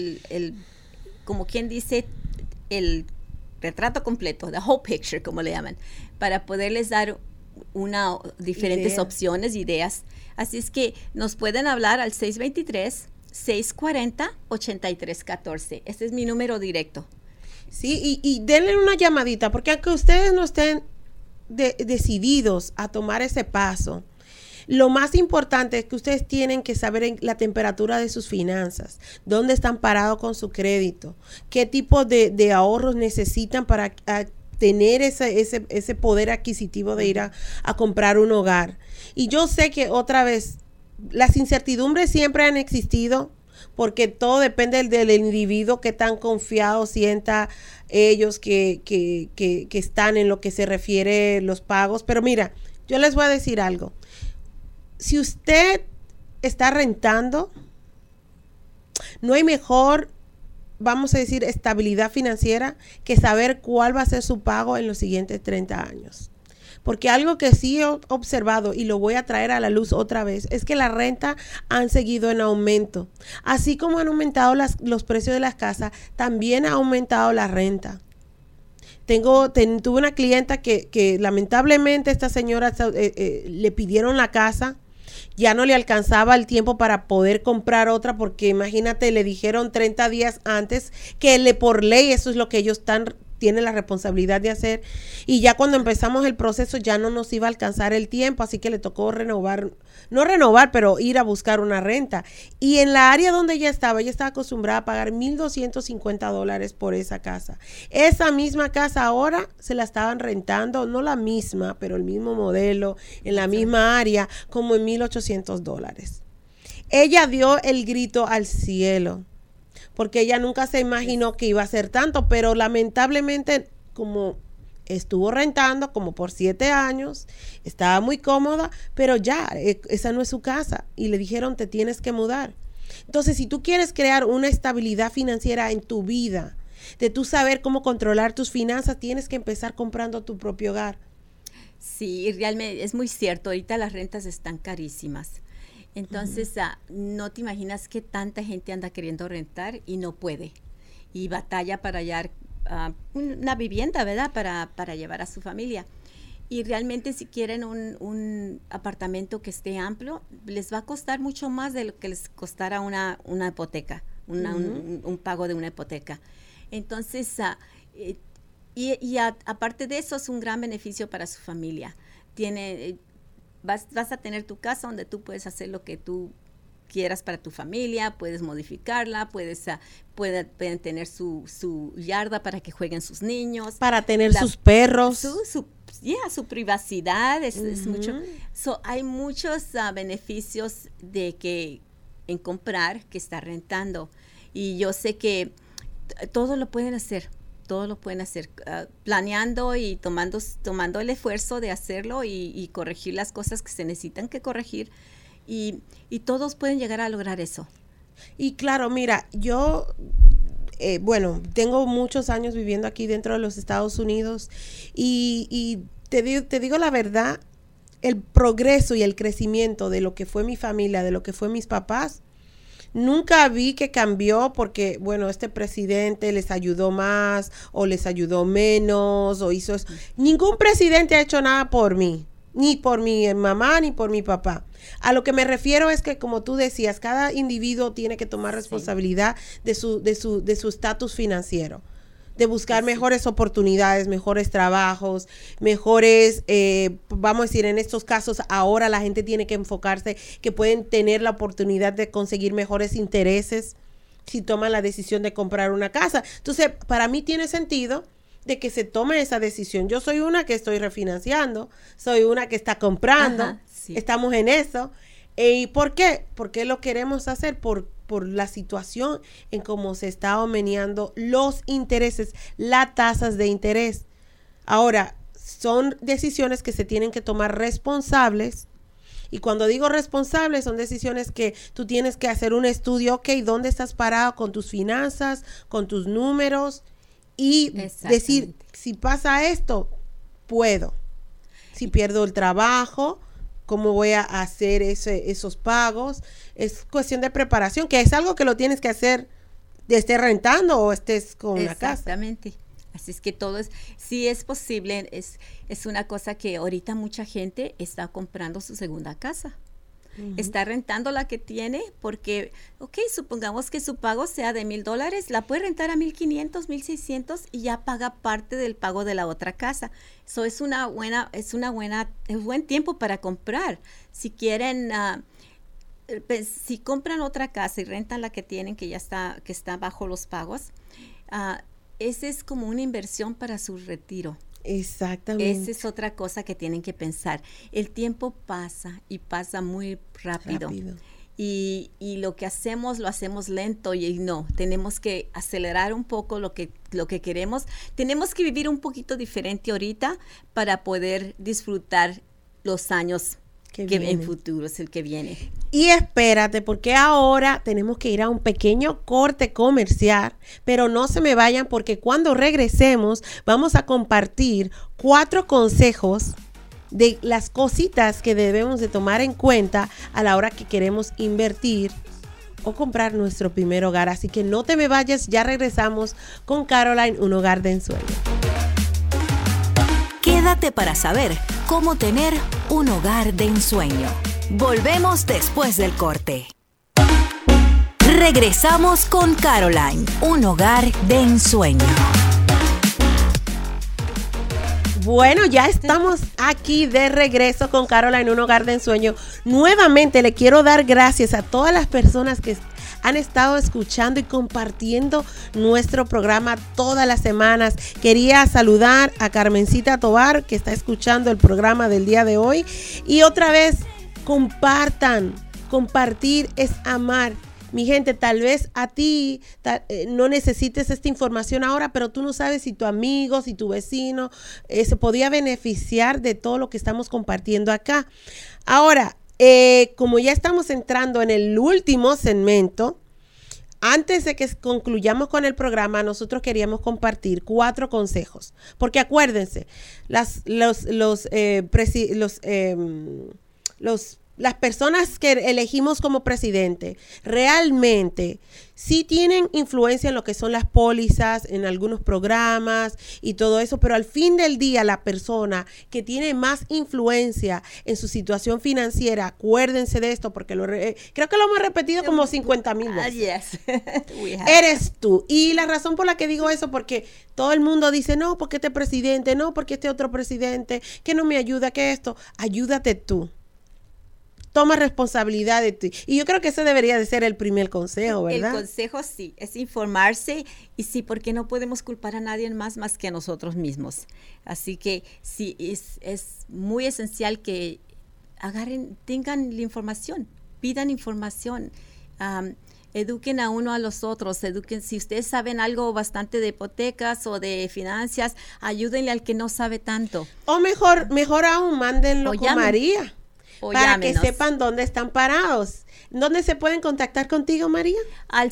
como quien dice, el retrato completo, the whole picture, como le llaman, para poderles dar diferentes opciones, ideas. Así es que nos pueden hablar al 623-640-8314. Este es mi número directo. Sí, y denle una llamadita, porque aunque ustedes no estén decididos a tomar ese paso, lo más importante es que ustedes tienen que saber la temperatura de sus finanzas, dónde están parados con su crédito, qué tipo de ahorros necesitan para tener ese poder adquisitivo de ir a comprar un hogar. Y yo sé que otra vez, las incertidumbres siempre han existido, porque todo depende del individuo, que tan confiado sienta ellos que están en lo que se refiere los pagos. Pero mira, yo les voy a decir algo. Si usted está rentando, no hay mejor, vamos a decir, estabilidad financiera que saber cuál va a ser su pago en los siguientes 30 años. Porque algo que sí he observado, y lo voy a traer a la luz otra vez, es que la renta han seguido en aumento. Así como han aumentado los precios de las casas, también ha aumentado la renta. Tuve una clienta que lamentablemente esta señora le pidieron la casa, ya no le alcanzaba el tiempo para poder comprar otra, porque imagínate, le dijeron 30 días antes que por ley eso es lo que ellos tienen la responsabilidad de hacer, y ya cuando empezamos el proceso ya no nos iba a alcanzar el tiempo, así que le tocó pero ir a buscar una renta. Y en la área donde ella estaba acostumbrada a pagar $1,250 por esa casa. Esa misma casa ahora se la estaban rentando, no la misma, pero el mismo modelo, en la misma área, como en $1,800. Ella dio el grito al cielo, porque ella nunca se imaginó que iba a ser tanto, pero lamentablemente, como estuvo rentando como por 7 años, estaba muy cómoda, pero ya, esa no es su casa, y le dijeron, te tienes que mudar. Entonces, si tú quieres crear una estabilidad financiera en tu vida, de tú saber cómo controlar tus finanzas, tienes que empezar comprando tu propio hogar. Sí, realmente es muy cierto, ahorita las rentas están carísimas. Entonces, no te imaginas que tanta gente anda queriendo rentar y no puede. Y batalla para hallar una vivienda, ¿verdad? Para llevar a su familia. Y realmente si quieren un apartamento que esté amplio, les va a costar mucho más de lo que les costara una hipoteca, un pago de una hipoteca. Entonces, aparte de eso, es un gran beneficio para su familia. Vas a tener tu casa donde tú puedes hacer lo que tú quieras para tu familia, puedes modificarla, pueden tener su yarda para que jueguen sus niños. Para tener sus perros. Su privacidad es mucho. Hay muchos beneficios en comprar que está rentando. Y yo sé que todo lo pueden hacer. Todo lo pueden hacer planeando y tomando el esfuerzo de hacerlo y corregir las cosas que se necesitan que corregir, y todos pueden llegar a lograr eso. Y claro, mira, yo tengo muchos años viviendo aquí dentro de los Estados Unidos, y te digo la verdad, el progreso y el crecimiento de lo que fue mi familia, de lo que fue mis papás, nunca vi que cambió porque, este presidente les ayudó más o les ayudó menos o hizo eso. Ningún presidente ha hecho nada por mí, ni por mi mamá, ni por mi papá. A lo que me refiero es que, como tú decías, cada individuo tiene que tomar responsabilidad de su estatus financiero, de buscar mejores oportunidades, mejores trabajos, mejores, vamos a decir, en estos casos, ahora la gente tiene que enfocarse que pueden tener la oportunidad de conseguir mejores intereses si toman la decisión de comprar una casa. Entonces, para mí tiene sentido de que se tome esa decisión. Yo soy una que estoy refinanciando, soy una que está comprando, estamos en eso. ¿Y por qué? Porque lo queremos hacer por la situación en cómo se está aumentando los intereses, las tasas de interés. Ahora, son decisiones que se tienen que tomar responsables, y cuando digo responsables, son decisiones que tú tienes que hacer un estudio, ok, ¿dónde estás parado con tus finanzas, con tus números? Y decir, si pasa esto, puedo. Si pierdo el trabajo, ¿cómo voy a hacer esos pagos? Es cuestión de preparación, que es algo que lo tienes que hacer, estés rentando o estés con una casa. Exactamente. Así es que sí es posible. Es una cosa que ahorita mucha gente está comprando su segunda casa. Está rentando la que tiene porque, supongamos que su pago sea de $1,000, la puede rentar a $1,500, $1,600 y ya paga parte del pago de la otra casa. Eso es buen tiempo para comprar. Si quieren, si compran otra casa y rentan la que tienen, que está bajo los pagos, ese es como una inversión para su retiro. Exactamente. Esa es otra cosa que tienen que pensar. El tiempo pasa y pasa muy rápido. Y lo que hacemos, lo hacemos lento y no, tenemos que acelerar un poco lo que queremos. Tenemos que vivir un poquito diferente ahorita para poder disfrutar los años que en futuro es el que viene. Y espérate, porque ahora tenemos que ir a un pequeño corte comercial, pero no se me vayan porque cuando regresemos vamos a compartir 4 consejos de las cositas que debemos de tomar en cuenta a la hora que queremos invertir o comprar nuestro primer hogar. Así que no te me vayas, ya regresamos con Caroline, un hogar de ensueño. Quédate para saber cómo tener un hogar de ensueño. Volvemos después del corte. Regresamos con Caroline, un hogar de ensueño. Bueno, ya estamos aquí de regreso con Caroline, un hogar de ensueño. Nuevamente le quiero dar gracias a todas las personas que han estado escuchando y compartiendo nuestro programa todas las semanas. Quería saludar a Carmencita Tobar, que está escuchando el programa del día de hoy. Y otra vez, compartan. Compartir es amar. Mi gente, tal vez a ti no necesites esta información ahora, pero tú no sabes si tu amigo, si tu vecino se podía beneficiar de todo lo que estamos compartiendo acá. Ahora, como ya estamos entrando en el último segmento, antes de que concluyamos con el programa, nosotros queríamos compartir 4 consejos. Porque acuérdense, las personas que elegimos como presidente realmente sí tienen influencia en lo que son las pólizas, en algunos programas y todo eso, pero al fin del día la persona que tiene más influencia en su situación financiera, acuérdense de esto porque creo que lo hemos repetido como 50,000 veces. Yes. Eres tú. Y la razón por la que digo eso, porque todo el mundo dice, no, porque este presidente, no, porque este otro presidente, que no me ayuda, que esto, ayúdate tú. Toma responsabilidad de ti. Y yo creo que ese debería de ser el primer consejo, ¿verdad? El consejo sí, es informarse y sí, porque no podemos culpar a nadie más que a nosotros mismos. Así que sí, es muy esencial que tengan la información, pidan información, eduquen a uno a los otros, si ustedes saben algo bastante de hipotecas o de finanzas, ayúdenle al que no sabe tanto. O mejor aún, mándenlo con María. Para que sepan dónde están parados. ¿Dónde se pueden contactar contigo, María? Al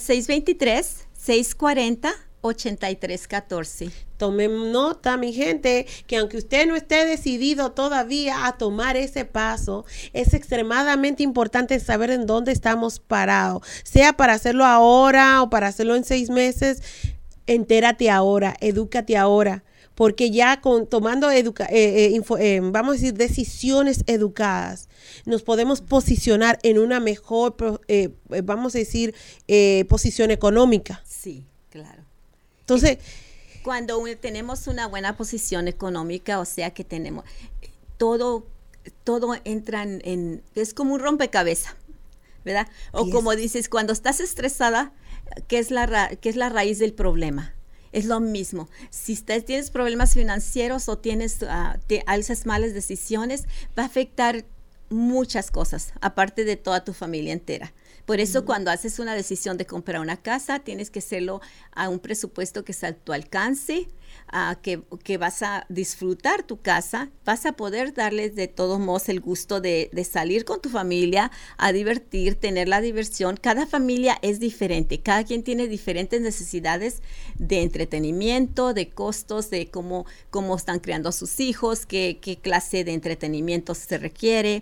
623-640-8314. Tomen nota, mi gente, que aunque usted no esté decidido todavía a tomar ese paso, es extremadamente importante saber en dónde estamos parados. Sea para hacerlo ahora o para hacerlo en 6 meses, entérate ahora, edúcate ahora. Porque ya tomando vamos a decir, decisiones educadas, nos podemos posicionar en una mejor, vamos a decir, posición económica. Sí, claro. Entonces, cuando tenemos una buena posición económica, o sea que tenemos, todo entra es como un rompecabezas, ¿verdad? O como dices, cuando estás estresada, ¿qué es la raíz del problema? Es lo mismo. Si tienes problemas financieros o haces malas decisiones, va a afectar muchas cosas, aparte de toda tu familia entera. Por eso cuando haces una decisión de comprar una casa, tienes que hacerlo a un presupuesto que sea a tu alcance, que vas a disfrutar tu casa, vas a poder darles de todos modos el gusto de salir con tu familia, a divertir, tener la diversión. Cada familia es diferente, cada quien tiene diferentes necesidades de entretenimiento, de costos, de cómo están criando a sus hijos, qué clase de entretenimiento se requiere.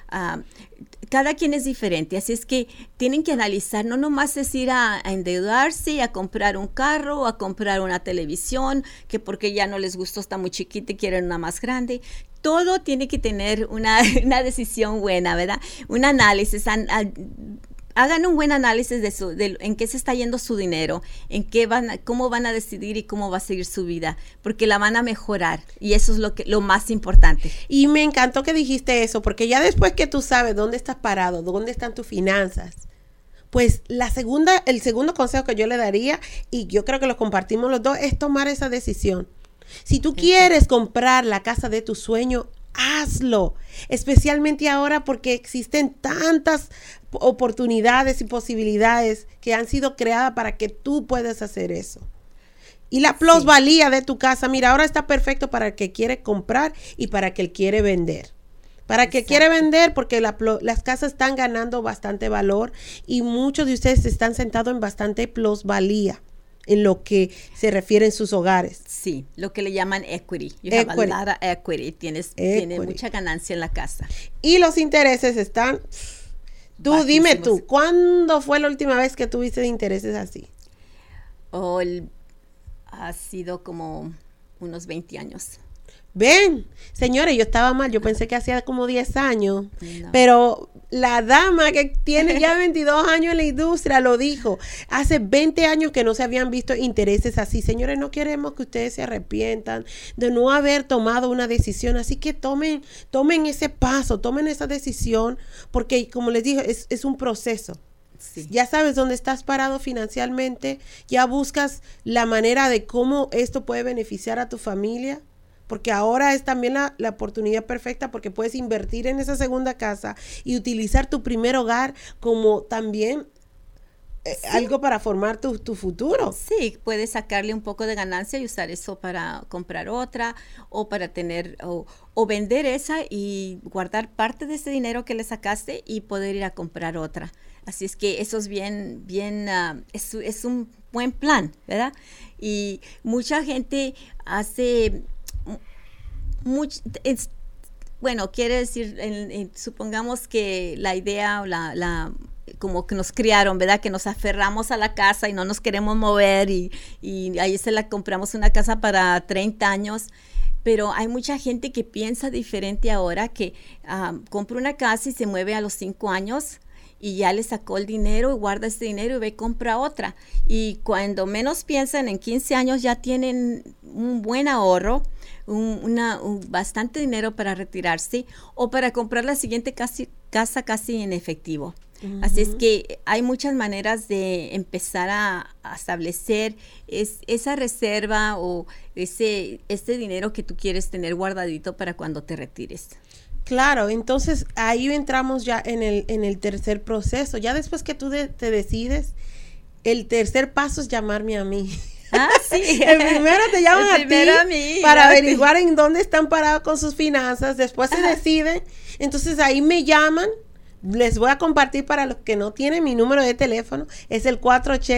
Cada quien es diferente, así es que tienen que analizar, no nomás es ir a endeudarse, a comprar un carro o a comprar una televisión, que porque ya no les gustó, está muy chiquita y quieren una más grande. Todo tiene que tener una decisión buena, ¿verdad? Un análisis, hagan un buen análisis de en qué se está yendo su dinero, cómo van a decidir y cómo va a seguir su vida, porque la van a mejorar y eso es lo más importante. Y me encantó que dijiste eso, porque ya después que tú sabes dónde estás parado, dónde están tus finanzas, pues el segundo consejo que yo le daría, y yo creo que lo compartimos los dos, es tomar esa decisión. Si tú quieres comprar la casa de tu sueño, hazlo, especialmente ahora porque existen tantas oportunidades y posibilidades que han sido creadas para que tú puedas hacer eso. Y la plusvalía de tu casa, mira, ahora está perfecto para el que quiere comprar y para el que quiere vender. Para el que quiere vender, porque las casas están ganando bastante valor y muchos de ustedes están sentados en bastante plusvalía en lo que se refiere en sus hogares. Sí, lo que le llaman equity. You have a lot of equity. Tienes mucha ganancia en la casa. Y los intereses están... Tú bajísimos. dime tú, ¿cuándo fue la última vez que tuviste intereses así? Ha sido como unos 20 años. Ven, señores, yo estaba mal, yo pensé que hacía como 10 años, No. pero la dama que tiene ya 22 años en la industria lo dijo, hace 20 años que no se habían visto intereses así. Señores, no queremos que ustedes se arrepientan de no haber tomado una decisión, así que tomen ese paso, tomen esa decisión, porque como les dije, es un proceso. Sí. Ya sabes dónde estás parado financieramente, ya buscas la manera de cómo esto puede beneficiar a tu familia. Porque ahora es también la oportunidad perfecta porque puedes invertir en esa segunda casa y utilizar tu primer hogar como también algo para formar tu futuro. Sí, puedes sacarle un poco de ganancia y usar eso para comprar otra o para tener o vender esa y guardar parte de ese dinero que le sacaste y poder ir a comprar otra. Así es que eso es es un buen plan, ¿verdad? Y mucha gente hace... bueno, quiere decir, supongamos que la idea o como que nos criaron, ¿verdad? Que nos aferramos a la casa y no nos queremos mover y ahí compramos una casa para 30 años. Pero hay mucha gente que piensa diferente ahora, que compra una casa y se mueve a los 5 años y ya le sacó el dinero y guarda ese dinero y ve y compra otra. Y cuando menos piensan, en 15 años ya tienen un buen ahorro, bastante dinero para retirarse o para comprar la siguiente casa casi en efectivo. Uh-huh. Así es que hay muchas maneras de empezar a establecer esa reserva o ese dinero que tú quieres tener guardadito para cuando te retires. Claro, entonces ahí entramos ya en el tercer proceso. Ya después que tú te decides, el tercer paso es llamarme a mí. Ah, sí. El primero te llaman a ti para averiguar en dónde están parados con sus finanzas. Después se deciden. Entonces ahí me llaman. Les voy a compartir para los que no tienen mi número de teléfono. Es el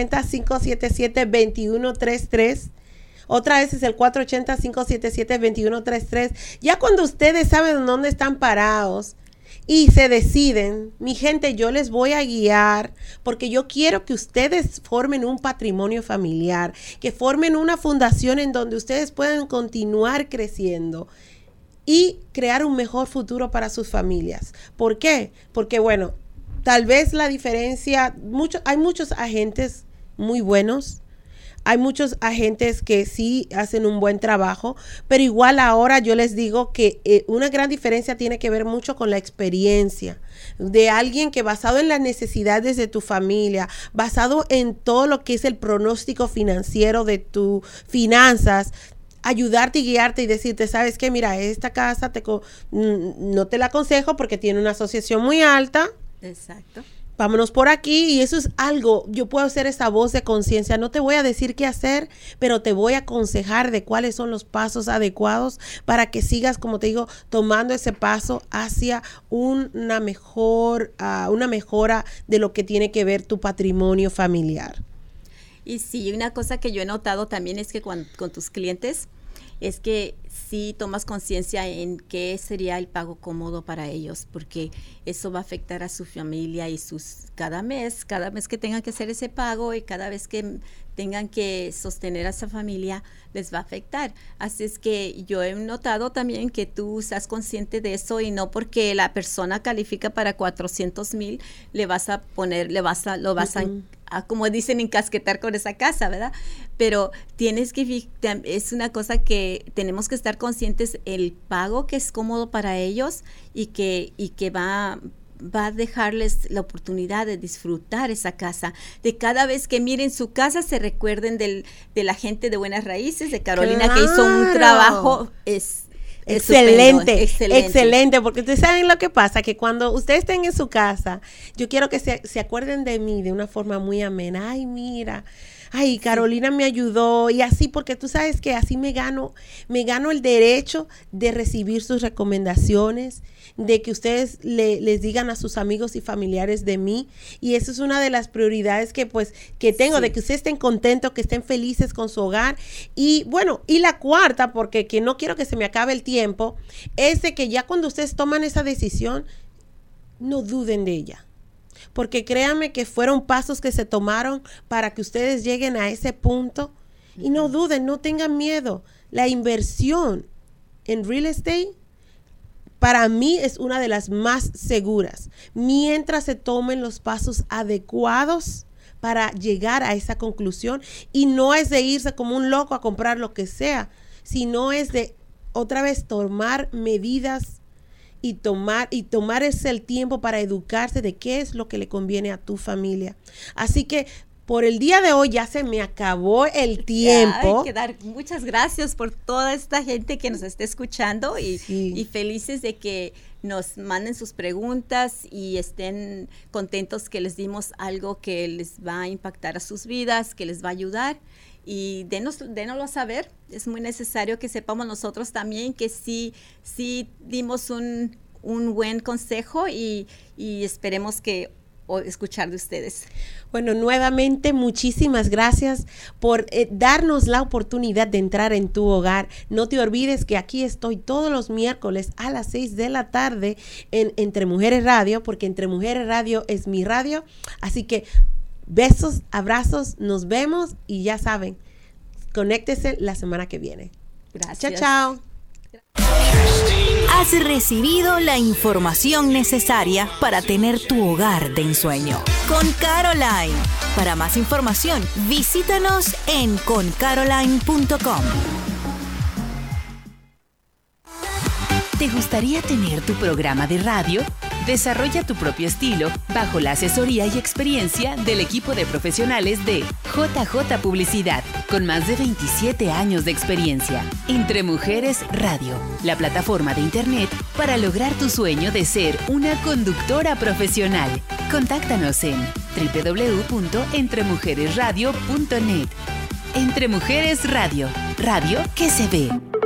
480-577-2133. Otra vez es el 480-577-2133. Ya cuando ustedes saben dónde están parados y se deciden, mi gente, yo les voy a guiar porque yo quiero que ustedes formen un patrimonio familiar, que formen una fundación en donde ustedes puedan continuar creciendo y crear un mejor futuro para sus familias. ¿Por qué? Porque, bueno, tal vez la diferencia, hay muchos agentes muy buenos. Hay muchos agentes que sí hacen un buen trabajo, pero igual ahora yo les digo que una gran diferencia tiene que ver mucho con la experiencia de alguien que basado en las necesidades de tu familia, basado en todo lo que es el pronóstico financiero de tus finanzas, ayudarte y guiarte y decirte, ¿sabes qué? Mira, esta casa no te la aconsejo porque tiene una asociación muy alta. Exacto. Vámonos por aquí y eso es algo, yo puedo ser esa voz de conciencia, no te voy a decir qué hacer, pero te voy a aconsejar de cuáles son los pasos adecuados para que sigas, como te digo, tomando ese paso hacia una mejora de lo que tiene que ver tu patrimonio familiar. Y sí, una cosa que yo he notado también es que con tus clientes es que sí tomas conciencia en qué sería el pago cómodo para ellos, porque eso va a afectar a su familia y cada mes que tengan que hacer ese pago y cada vez que tengan que sostener a esa familia, les va a afectar. Así es que yo he notado también que tú estás consciente de eso y no porque la persona califica para 400,000, lo vas a como dicen, encasquetar con esa casa, ¿verdad? Pero es una cosa que tenemos que estar conscientes el pago que es cómodo para ellos y que va va a dejarles la oportunidad de disfrutar esa casa, de cada vez que miren su casa se recuerden de la gente de Buenas Raíces, de Carolina, ¡claro!, que hizo un trabajo excelente, porque ustedes saben lo que pasa, que cuando ustedes estén en su casa, yo quiero que se acuerden de mí de una forma muy amena. Ay, mira, ay, Carolina me ayudó, y así, porque tú sabes que así me gano el derecho de recibir sus recomendaciones, de que ustedes les digan a sus amigos y familiares de mí, y eso es una de las prioridades que tengo, sí, de que ustedes estén contentos, que estén felices con su hogar. Y bueno, y la cuarta, porque que no quiero que se me acabe el tiempo, es de que ya cuando ustedes toman esa decisión, no duden de ella. Porque créanme que fueron pasos que se tomaron para que ustedes lleguen a ese punto. Y no duden, no tengan miedo. La inversión en real estate para mí es una de las más seguras, mientras se tomen los pasos adecuados para llegar a esa conclusión. Y no es de irse como un loco a comprar lo que sea, sino es de otra vez tomar medidas y tomar ese el tiempo para educarse de qué es lo que le conviene a tu familia. Así que por el día de hoy ya se me acabó el tiempo. Hay que dar muchas gracias por toda esta gente que nos esté escuchando y felices de que nos manden sus preguntas y estén contentos que les dimos algo que les va a impactar a sus vidas, que les va a ayudar. Y dénoslo a saber. Es muy necesario que sepamos nosotros también que sí dimos un buen consejo y esperemos que escuchar de ustedes. Bueno, nuevamente muchísimas gracias por darnos la oportunidad de entrar en tu hogar. No te olvides que aquí estoy todos los miércoles a las 6 de la tarde en Entre Mujeres Radio, porque Entre Mujeres Radio es mi radio. Así que besos, abrazos, nos vemos y ya saben, conéctese la semana que viene. Gracias. Chao, chao. Has recibido la información necesaria para tener tu hogar de ensueño con Caroline. Para más información, visítanos en concaroline.com. ¿Te gustaría tener tu programa de radio? Desarrolla tu propio estilo bajo la asesoría y experiencia del equipo de profesionales de JJ Publicidad, con más de 27 años de experiencia. Entre Mujeres Radio, la plataforma de internet para lograr tu sueño de ser una conductora profesional. Contáctanos en www.entremujeresradio.net. Entre Mujeres Radio, radio que se ve.